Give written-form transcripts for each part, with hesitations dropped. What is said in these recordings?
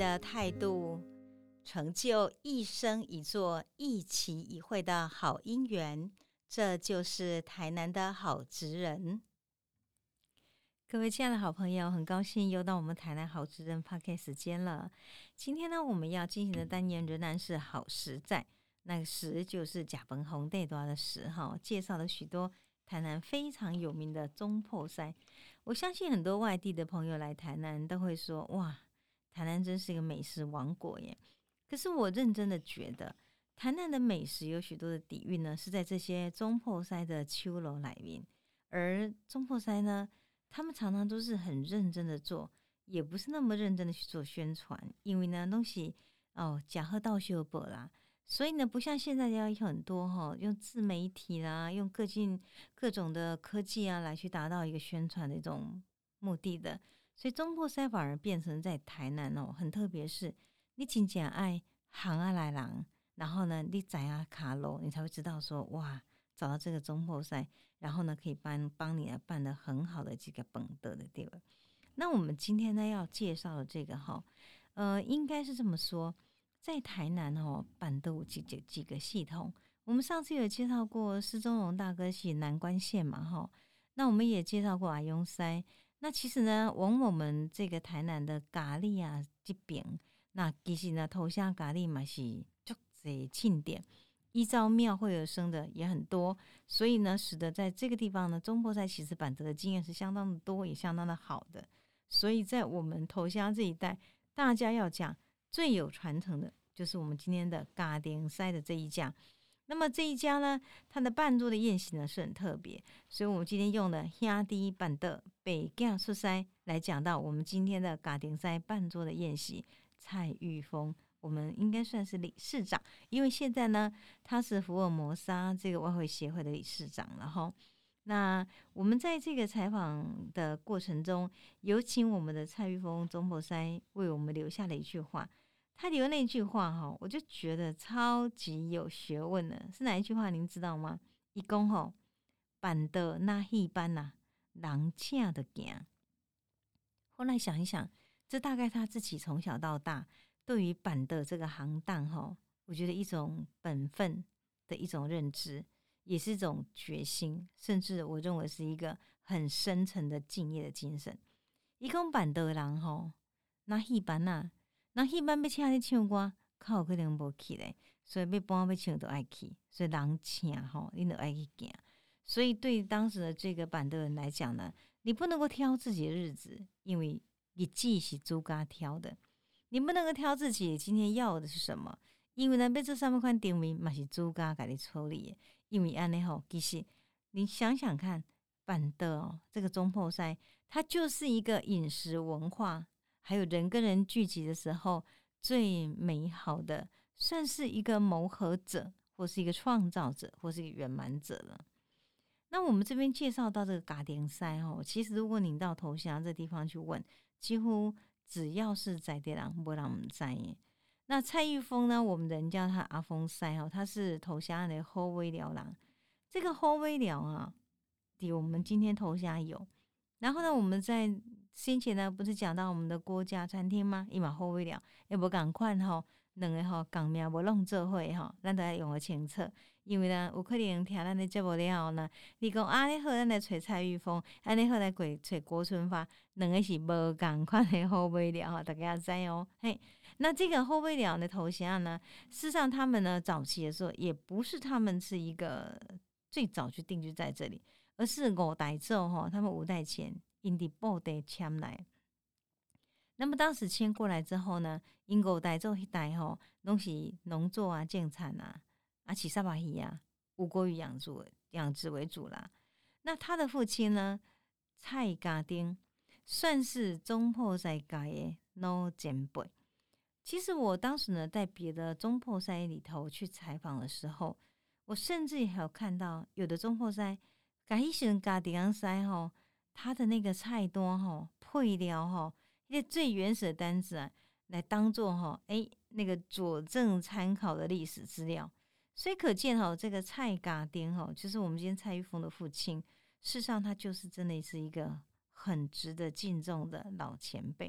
的态度，成就一生一座一期一会的好姻缘，这就是台南的好职人。各位亲爱的好朋友，很高兴又到我们台南好职人 Podcast 时间了。今天呢，我们要进行的单元仍然是好实在，那个实就是甲本红地多的实哈，介绍了许多台南非常有名的中破塞。我相信很多外地的朋友来台南都会说，哇，台南真是一个美食王国耶。可是我认真的觉得，台南的美食有许多的底蕴呢，是在这些中破塞的秋楼来面。而中破塞呢，他们常常都是很认真的做，也不是那么认真的去做宣传，因为呢东西假贺道修博啦，所以呢不像现在要有很多用自媒体啦，用各种的科技啊来去达到一个宣传的一种目的的，所以中破塞反而变成在台南很特别，是你真正爱行啊来人，然后呢你知啊卡路，你才会知道说哇，找到这个中破塞，然后呢可以帮你来办的很好的这个本德的地方。那我们今天呢要介绍的这个应该是这么说，在台南办都有几个系统。我们上次有介绍过施宗荣大哥系南关线嘛那我们也介绍过阿雍塞。那其实呢，往我们这个台南的咖喱啊这边，那其实呢头下咖喱嘛是足侪庆典，依照庙会而生的也很多，所以呢，使得在这个地方呢，中破塞其实板德的经验是相当的多，也相当的好的。所以在我们头乡这一带，大家要讲最有传承的，就是我们今天的嘎丁塞的这一家。那么这一家呢，它的办桌的宴席呢是很特别，所以我们今天用的兄弟办的北港出塞来讲到我们今天的嘎丁塞办桌的宴席。蔡玉峰，我们应该算是理事长，因为现在呢，他是福尔摩沙这个外汇协会的理事长了哈。那我们在这个采访的过程中，有请我们的蔡玉峰中破塞为我们留下了一句话。他留那句话我就觉得超级有学问的，是哪一句话？您知道吗？一讲办的那一般呐，人请的行。后来想一想，这大概他自己从小到大对于板的这个行当我觉得一种本分的一种认知，也是一种决心，甚至我认为是一个很深层的敬业的精神。一讲板的人那一般呐。那一般要请你唱歌，靠可能无去嘞，所以要搬要唱都爱去，所以人请你都爱去行。所以对当时的这个板的人来讲呢，你不能够挑自己的日子，因为日子是主家挑的，你不能够挑自己今天要的是什么，因为呢，要做什么款定位嘛是主家给你处理的。因为安尼其实你想想看，板的这个中破塞，它就是一个饮食文化。还有人跟人聚集的时候，最美好的，算是一个谋合者，或是一个创造者，或是一个圆满者了。那我们这边介绍到这个嘎点塞其实如果你到头乡这地方去问，几乎只要是在地人，没人不知耶。那蔡玉峰呢，我们人叫他阿峰塞他是头乡的后尾寮人。这个后尾寮我们今天头乡有。然后呢，我们在先前呢不是讲到我们的郭家餐厅吗？伊嘛好尾了，也无共款两个共名无弄做伙咱都要用个清楚。因为呢，有可能听咱的节目了后呢，你讲你好，咱来找蔡玉峰，你好来找郭春发，两个是无共款的好尾了大家知嘿。那这个后尾了的头衔呢，事实上他们呢早期的时候，也不是他们是一个最早就定居在这里。而是五代之后他们5代前因伫布袋迁来。那么当时迁过来之后呢，因5代之后一代拢是农作啊、建产啊、起沙巴鱼啊、无国鱼养殖为主啦。那他的父亲呢，蔡家丁算是中破塞家的老前辈。其实我当时呢，在别的中破塞里头去采访的时候，我甚至还有看到有的中破塞。迄时家丁塞他的那个菜单配料那最原始的单子来当做那个佐证参考的历史资料。所以可见这个蔡家丁就是我们今天蔡玉峰的父亲，事实上他就是真的是一个很值得敬重的老前辈。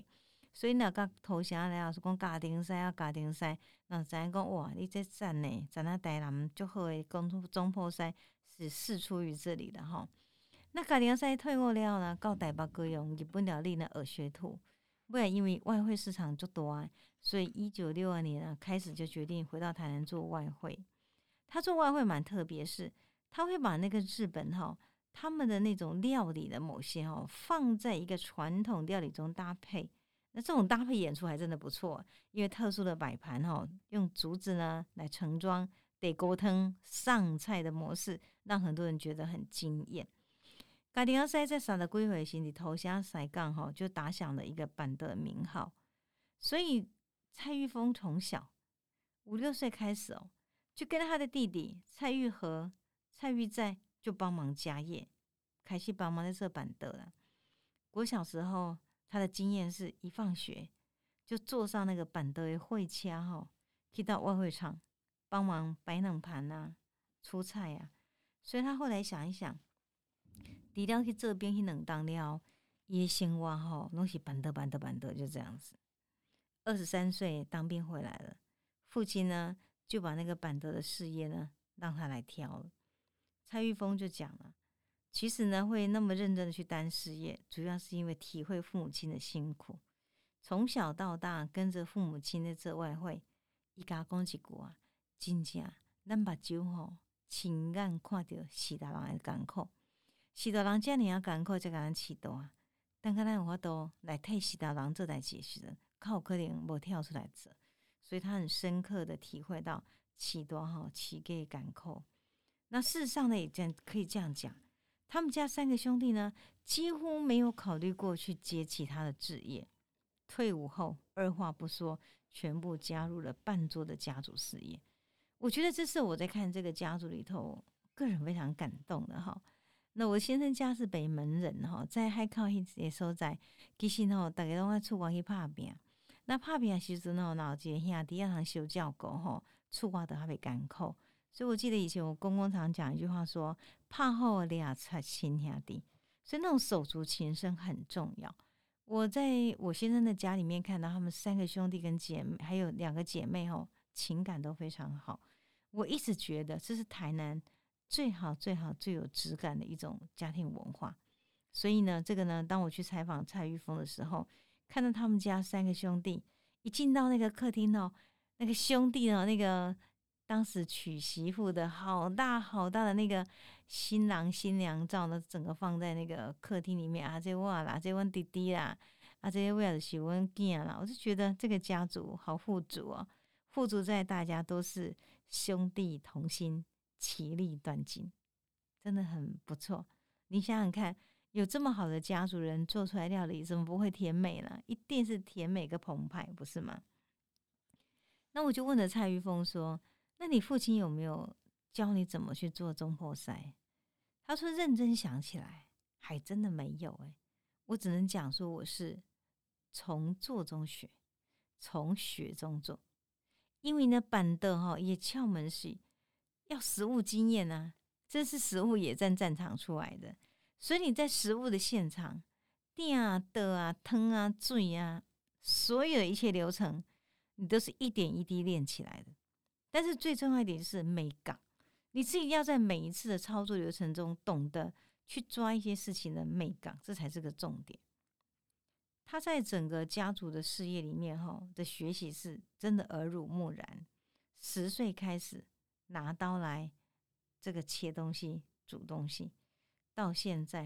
所以若甲投降了后，是讲家庭赛啊，家庭赛，人知影讲哇，你这赞呢，咱那台南足好诶，总铺赛是事出于这里的吼。那家庭赛退伍了后呢，到台北高用日本料理呢学徒。不然因为外汇市场就大，所以1962年啊开始就决定回到台南做外汇。他做外汇蛮特别，是他会把那个日本他们的那种料理的某些放在一个传统料理中搭配。那这种搭配演出还真的不错，因为特殊的摆盘用竹子呢来盛装得沟通上菜的模式，让很多人觉得很惊艳。家庭赛在三十几岁时，你投下塞港就打响了一个板的名号。所以蔡玉峰从小5、6岁开始就跟他的弟弟蔡玉和、蔡玉在就帮忙家业，开始帮忙在这板的了。国小时候，他的经验是一放学就坐上那个板的会车去到外汇场帮忙摆冷盘啊、出菜啊。所以他后来想一想，除了去这边去冷当了，伊的生活拢是板的，就这样子。23岁当兵回来了，父亲呢就把那个板德的事业呢让他来挑了。蔡玉峰就讲了，其实呢会那么认真的去担事业，主要是因为体会父母亲的辛苦。从小到大跟着父母亲在做外汇，伊甲讲一句啊，真正咱目睭亲眼看到时代人的艰苦，时代人遮尔啊艰苦才甲咱饲大。等下咱有法度来替时代人做代志的时阵，较有可能无跳出来做。所以他很深刻的体会到饲大饲家的艰苦。那事实上呢，也可以这样讲，他们家3个兄弟呢，几乎没有考虑过去接其他的职业。退伍后，二话不说，全部加入了办桌的家族事业。我觉得这是我在看这个家族里头，个人非常感动的那我先生家是北门人在海口迄个所在，其实大家拢爱出国去打拼。那打拼的时阵若有一个兄弟通受照顾出国就较袂艰苦。所以我记得以前我公公常讲一句话说：“拍好俩才亲兄弟。”所以那种手足情深很重要。我在我先生的家里面看到他们3个兄弟跟姐妹，还有2个姐妹情感都非常好。我一直觉得这是台南最好、最好、最有质感的一种家庭文化。所以呢，这个呢，当我去采访蔡玉峰的时候，看到他们家3个兄弟一进到那个客厅那个兄弟那个当时娶媳妇的好大好大的那个新郎新娘照呢，整个放在那个客厅里面啊，这我啦，这阮弟弟啦，啊，这些为了是阮囝啦，我就觉得这个家族好富足富足在大家都是兄弟同心，其利断金，真的很不错。你想想看，有这么好的家族人做出来料理，怎么不会甜美呢？一定是甜美跟澎湃，不是吗？那我就问了蔡玉峰说：“那你父亲有没有教你怎么去做中破塞？”他说：“认真想起来，还真的没有我只能讲说我是从做中学，从学中做。因为呢，板的也窍门是要实务经验啊，这是实务野战战场出来的。所以你在实务的现场，电啊、的啊、汤啊、水啊，所有的一切流程。”你都是一点一滴练起来的，但是最重要一点是美感，你自己要在每一次的操作流程中懂得去抓一些事情的美感，这才是个重点。他在整个家族的事业里面的学习是真的耳濡目染，10岁开始拿刀来这个切东西、煮东西，到现在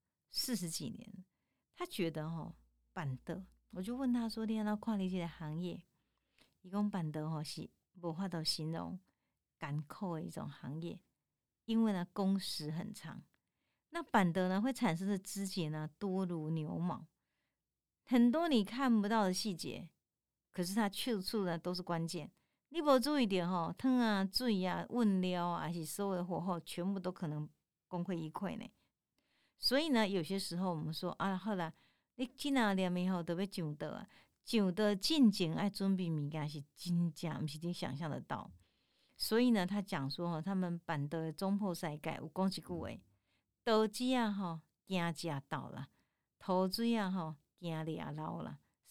40几年，他觉得板的，我就问他说：“你要看你这个行业？”伊讲板的是无法度形容艰苦的一种行业，因为呢工时很长。那板的呢会产生的枝节呢多如牛毛，很多你看不到的细节，可是它处处呢都是关键。你无注意到汤啊、水啊、温料啊，还是所有的火候，全部都可能功亏一篑呢。所以呢，有些时候我们说啊，好啦，你今仔念的都要上道啊。上的进前爱准备物件是真正不是你想象得到，所以呢，他讲说他们板的中破赛界有讲一句话：刀子啊惊食到啦，土水啊惊掠捞啦，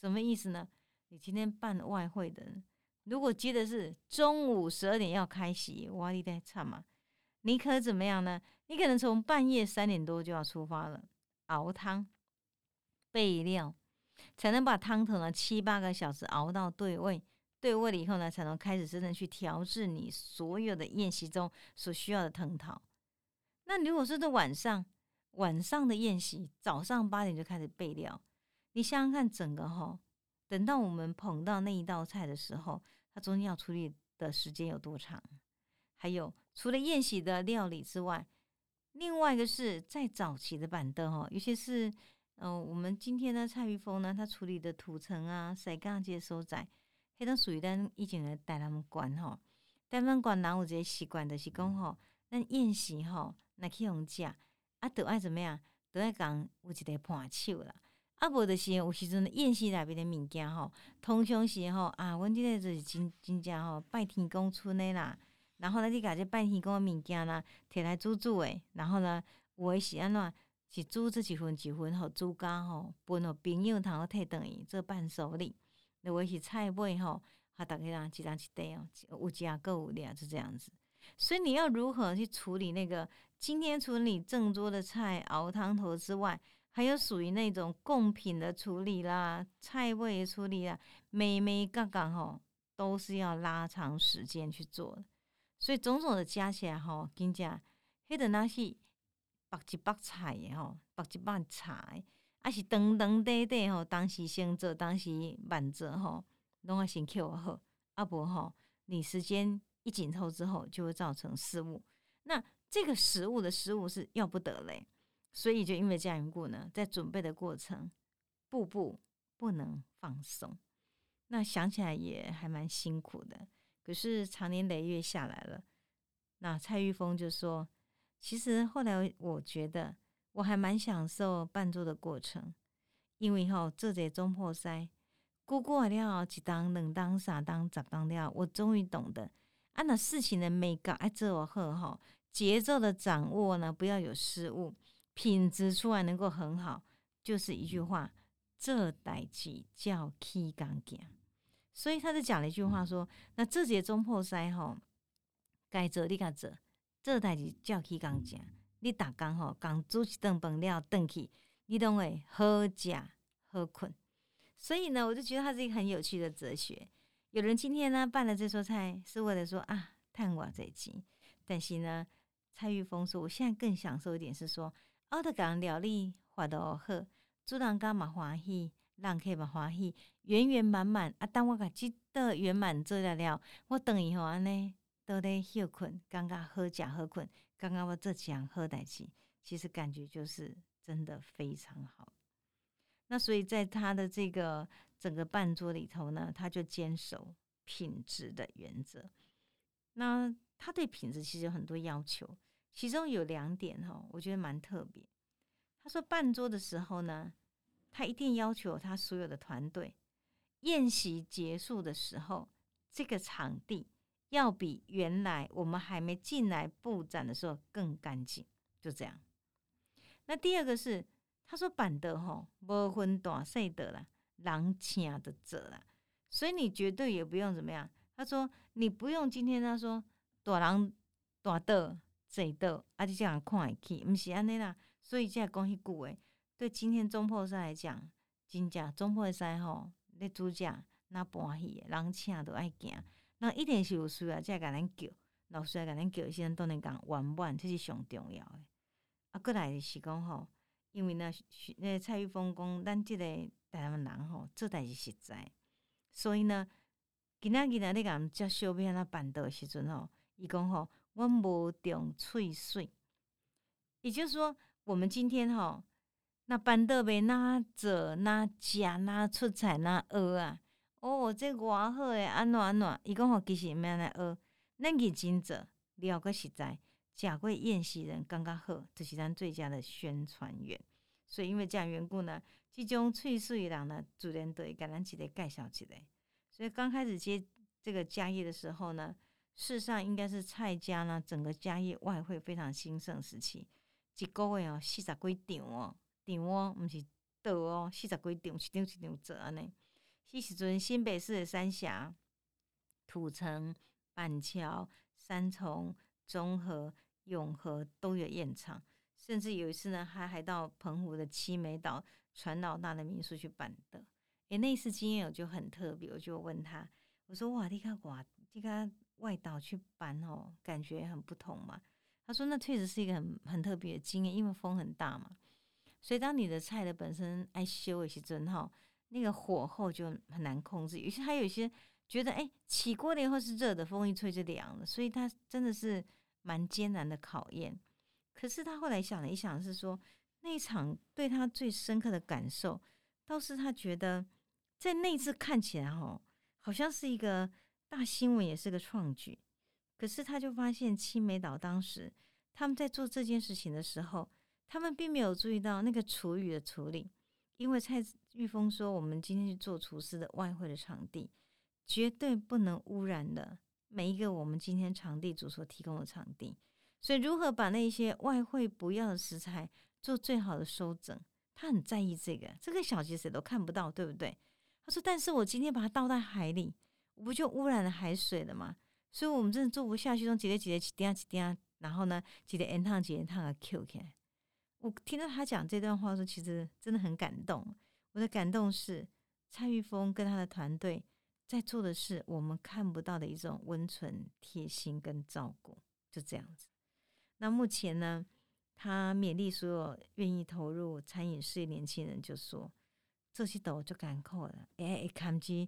什么意思呢？你今天办外汇的人，如果接的是中午12点要开席，哇，你在唱嘛？你可怎么样呢？你可能从半夜3点多就要出发了，熬汤备料，才能把汤头呢7、8个小时熬到对味。对味了以后呢，才能开始真正去调制你所有的宴席中所需要的藤桃。那如果是在晚上的宴席，早上8点就开始备料，你想想看，整个等到我们捧到那一道菜的时候，它中间要处理的时间有多长？还有，除了宴席的料理之外，另外一个是在早期的板凳尤其是我们今天呢，蔡玉峰呢，他处理的土城啊、西港这些所在，迄都属于咱以前的台南馆台南馆人有一个习惯，就是讲咱宴席若去用食啊，都爱怎么样？都爱讲有一个伴手啦。啊，无就是有时阵宴席内面的物件通常是阮即个就是真正拜天公春的啦。然后呢，你甲这拜天公的物件啦，摕来煮诶，然后呢，有诶是安怎？是煮这一份一份，互煮家分互朋友通好摕倒去做伴手礼。有诶是菜尾大家人一人一块有加够有俩，就这样子。所以你要如何去处理那个？今天除了你正桌的菜熬汤头之外，还有属于那种贡品的处理啦、菜味的处理啦，每杠杠都是要拉长时间去做的。所以种种的加起来真正迄个那是bak一bak菜的bak一bak菜，啊是长长短短当时先做，当时慢做拢要先扣好，啊无你时间一紧凑之后，就会造成失误。那这个失误是要不得嘞，所以就因为这样缘故呢，在准备的过程，步步不能放松。那想起来也还蛮辛苦的，可是长年累月下来了。那蔡玉峰就说，其实后来我觉得我还蛮享受办桌的过程，因为做这中破塞，过了一档、两档、3档、10档了，我终于懂得那事情的美感爱做好节奏的掌握呢，不要有失误，品质出来能够很好，就是一句话：这代志叫起工行。所以他就讲了一句话说：那这节中破塞该做你甲做，这代志叫起工行。你逐工刚煮一顿饭了，顿去，你拢会好食好困。所以呢，我就觉得它是一个很有趣的哲学。有人今天呢办了这桌菜，是为了说赚我这钱，但是呢，蔡玉峰说，我现在更享受一点是说，得甲人料理画得好，主人家嘛欢喜，人客嘛欢喜，圆圆满满当我甲这道圆满做了，我等于安尼都咧休困，感觉好食好困，感觉我做一项好代志，其实感觉就是真的非常好。那所以在他的这个整个办桌里头呢，他就坚守品质的原则。那他对品质其实有很多要求，其中有2点我觉得蛮特别。他说办桌的时候呢，他一定要求他所有的团队，宴席结束的时候，这个场地要比原来我们还没进来布展的时候更干净，就这样。那第二个是，他说板凳无分大小的啦，人请的做啦，所以你绝对也不用怎么样。他说你不用今天他说大人大桌坐桌你这样看会起，不是安尼啦。所以才讲迄句话，对今天中破塞来讲，真正中破塞咧煮食那欢喜的，人请都爱行，人一定是有需要才甲咱叫，有需要甲咱叫时阵都能讲圆满，这是上重要的。过来是讲因为呢，那蔡玉峰讲，咱这个台湾人做代志实在，所以呢，今仔日呢，你甲人接小要安怎办到的时阵伊讲阮无重喙水，也就是说，我们今天那办倒袂哪做哪食哪出菜哪学这偌好诶，安怎？伊讲其实毋免来学，咱认真做，了个实在。食过宴席人感觉好，就是咱最佳的宣传员。所以因为这样缘故呢，这种脆水的人呢，自然就会给咱一个介绍一个。所以刚开始接这个家业的时候呢，事实上应该是蔡家呢整个家业外汇非常兴盛时期，一个月40几场场毋是倒40几场，一场一场做安尼。 迄时阵新北市的三峡、土城、板桥、三重、中和、永和都有宴场，甚至有一次呢，还到澎湖的七美岛船老大的民宿去办的。那次经验我就很特别，我就问他，我说哇，你看外岛去办哦，感觉很不同嘛。他说那确实是一个很特别的经验，因为风很大嘛，所以当你的菜的本身爱修的时阵哈，那个火候就很难控制。还有一些觉得起锅了以后是热的，风一吹就凉了，所以它真的是蛮艰难的考验。可是他后来想了一想，是说那一场对他最深刻的感受，倒是他觉得在那次看起来好像是一个大新闻，也是个创举。可是他就发现七美岛当时他们在做这件事情的时候，他们并没有注意到那个厨余的处理。因为蔡玉峰说，我们今天去做厨师的外汇的场地，绝对不能污染了每一个我们今天场地主所提供的场地。所以如何把那些外汇不要的食材做最好的收整，他很在意这个。这个小节谁都看不到，对不对？他说，但是我今天把它倒在海里，我不就污染了海水了吗？所以我们真的做不下去，从几点，然后呢，几点延烫的 Q 起来。我听到他讲这段话的时候，其实真的很感动。我的感动是蔡玉峰跟他的团队在做的是我们看不到的一种温存、贴心跟照顾，就这样子。那目前呢，他勉励所有愿意投入餐饮事业年轻人，就说这些都就艰苦了，看起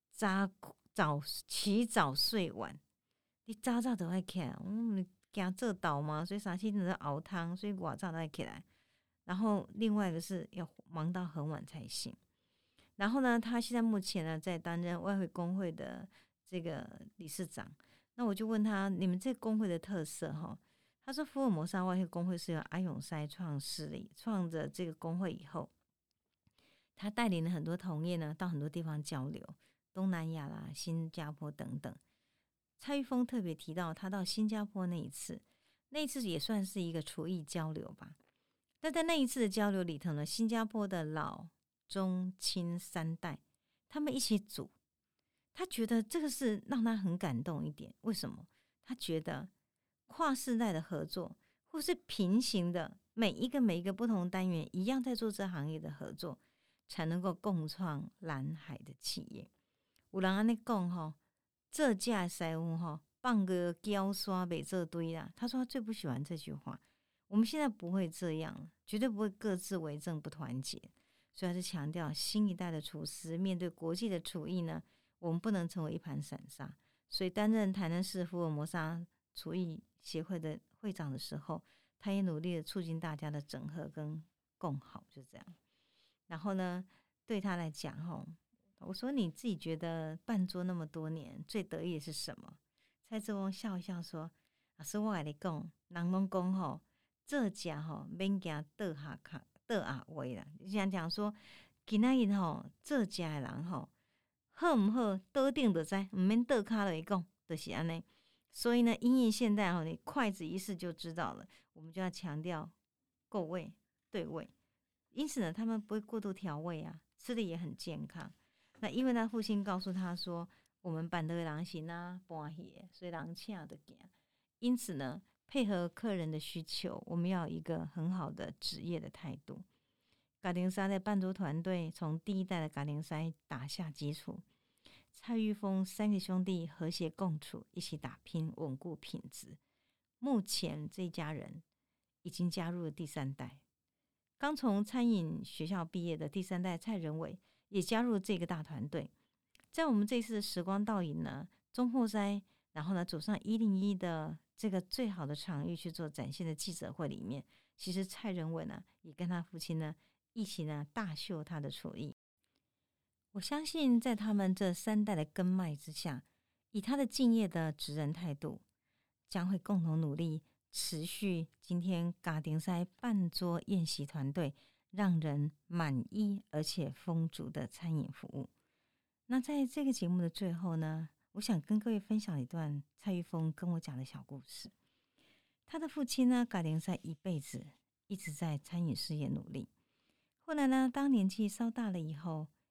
起早睡晚，你早就要起来，惊做豆嘛，所以3、4点在熬汤，所以我早就起来。然后另外一个是要忙到很晚才行。然后呢，他现在目前呢在担任外汇工会的这个理事长。那我就问他，你们这个工会的特色哈？他说，福尔摩沙外汇工会是由阿永塞创着这个工会以后，他带领了很多同业呢到很多地方交流，东南亚啦、新加坡等等。蔡玉峰特别提到，他到新加坡那一次也算是一个厨艺交流吧。但在那一次的交流里头呢，新加坡的老中青3代他们一起煮，他觉得这个是让他很感动一点。为什么？他觉得跨世代的合作，或是平行的每一个不同单元一样在做这行业的合作，才能够共创蓝海的企业。有人安尼讲吼，这架师傅吼放个胶刷袂做堆啦。他说他最不喜欢这句话。我们现在不会这样，绝对不会各自为政不团结。所以还是强调新一代的厨师面对国际的厨艺呢，我们不能成为一盘散沙。所以担任台南市福尔摩沙厨艺协会的会长的时候，他也努力的促进大家的整合跟共好，就这样。然后呢，对他来讲我说你自己觉得办桌那么多年，最得意的是什么？蔡志峰笑一笑说：“老师，我跟你讲，人拢讲这家免惊倒下位啦。讲说，今仔日这家的人好唔好倒顶就知，唔免倒卡来讲，就是安尼。所以呢，因应现代你筷子一试就知道了，我们就要强调够味对味。因此呢，他们不会过度调味啊，吃的也很健康。那因为他父亲告诉他说，我们板的人行啊，搬戏，所以人请的行。因此呢，配合客人的需求，我们要有一个很好的职业的态度。嘎丁沙的办桌团队从第一代的嘎丁沙打下基础，蔡玉峰3个兄弟和谐共处，一起打拼，稳固品质。目前这一家人已经加入了第3代，刚从餐饮学校毕业的第3代蔡仁伟也加入了这个大团队。在我们这次的时光倒影呢，中破塞，然后呢走上101的这个最好的场域去做展现的记者会里面，其实蔡仁伟呢也跟他父亲呢一起呢大秀他的厨艺。我相信在他们这3代的根脉之下，以他的敬业的职人态度，将会共同努力，持续今天嘎丁塞办桌宴席团队让人满意而且丰足的餐饮服务。那在这个节目的最后呢，我想跟各位分享一段蔡玉峰跟我讲的小故事。他的父亲呢，嘎丁塞一辈子一直在餐饮事业努力。后来呢，当年纪稍大了以后，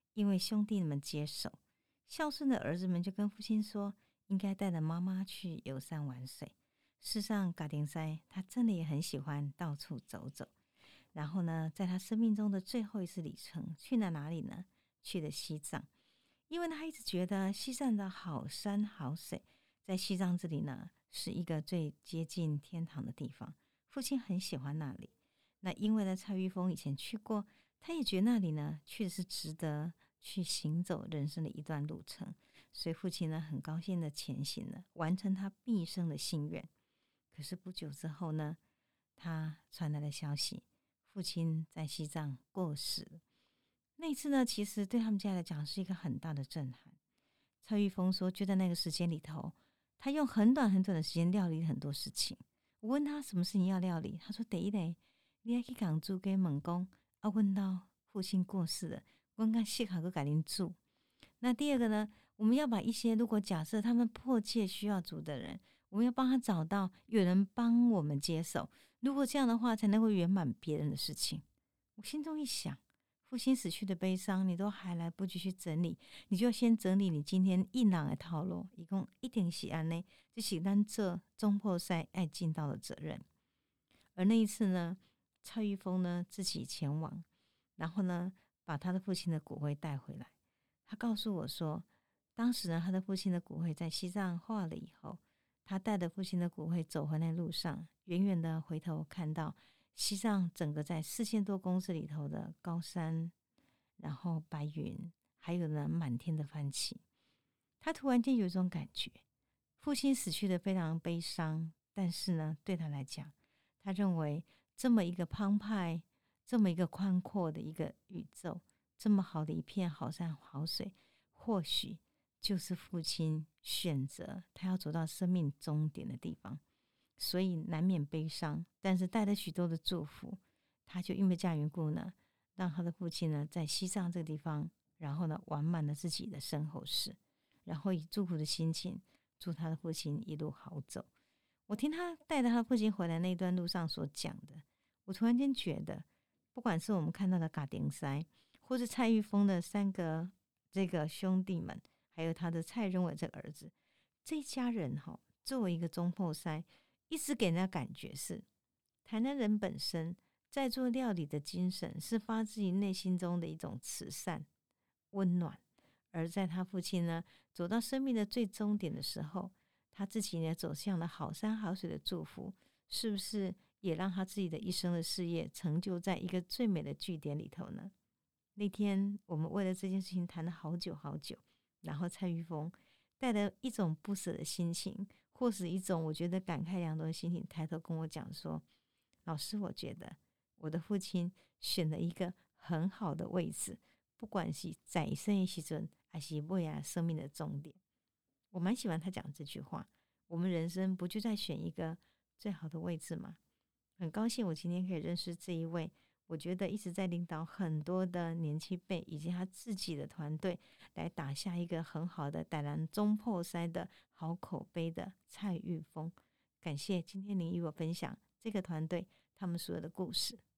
因为兄弟们接手，孝顺的儿子们就跟父亲说，应该带着妈妈去游山玩水。事实上，嘎丁塞他真的也很喜欢到处走走。然后呢，在他生命中的最后一次旅程，去了哪里呢？去了西藏，因为他一直觉得西藏的好山好水，在西藏这里呢，是一个最接近天堂的地方。父亲很喜欢那里。那因为呢，蔡玉峰以前去过，他也觉得那里呢，确实是值得去行走人生的一段路程。所以父亲呢，很高兴的前行了，完成他毕生的心愿。可是不久之后呢，他传来了消息，父亲在西藏过世了。那一次呢，其实对他们家来讲是一个很大的震撼。蔡玉峰说，就在那个时间里头，他用很短很短的时间料理很多事情。我问他什么事情要料理，他说：第一呢，你要去港住给猛公啊，问到父亲过世了，我刚谢卡哥改您住。那第二个呢，我们要把一些如果假设他们迫切需要主的人，我们要帮他找到有人帮我们接手。如果这样的话，才能够圆满别人的事情。我心中一想，父亲死去的悲伤，你都还来不及去整理，你就先整理你今天硬朗的套路，一共一定是安内，这是咱这中破赛爱尽到的责任。而那一次呢，蔡玉峰呢自己前往，然后呢把他的父亲的骨灰带回来。他告诉我说，当时呢他的父亲的骨灰在西藏化了以后，他带着父亲的骨灰走回来路上，远远的回头看到西藏整个在4000多公尺里头的高山，然后白云，还有呢满天的帆旗。他突然间有一种感觉，父亲死去的非常悲伤，但是呢对他来讲，他认为这么一个澎湃，这么一个宽阔的一个宇宙，这么好的一片好山好水，或许就是父亲选择他要走到生命终点的地方。所以难免悲伤，但是带着许多的祝福。他就因为这样缘故呢，让他的父亲呢在西藏这个地方，然后呢完满了自己的身后事，然后以祝福的心情祝他的父亲一路好走。我听他带着他父亲回来那段路上所讲的，我突然间觉得，不管是我们看到的嘎丁塞，或是蔡玉峰的3个这个兄弟们，还有他的蔡仁伟这个儿子，这一家人作为一个中破塞，一直给人家感觉是台南人本身在做料理的精神是发自于内心中的一种慈善温暖。而在他父亲呢走到生命的最终点的时候，他自己呢走向了好山好水的祝福，是不是也让他自己的一生的事业成就在一个最美的据点里头呢？那天我们为了这件事情谈了好久好久，然后蔡玉峰带着一种不舍的心情，或是一种我觉得感慨良多的心情，抬头跟我讲说，老师，我觉得我的父亲选了一个很好的位置，不管是在生的时阵还是未来生命的终点。我蛮喜欢他讲这句话，我们人生不就在选一个最好的位置吗？很高兴我今天可以认识这一位，我觉得一直在领导很多的年轻辈以及他自己的团队，来打下一个很好的台南中破塞的好口碑的蔡玉峰。感谢今天您与我分享这个团队他们所有的故事。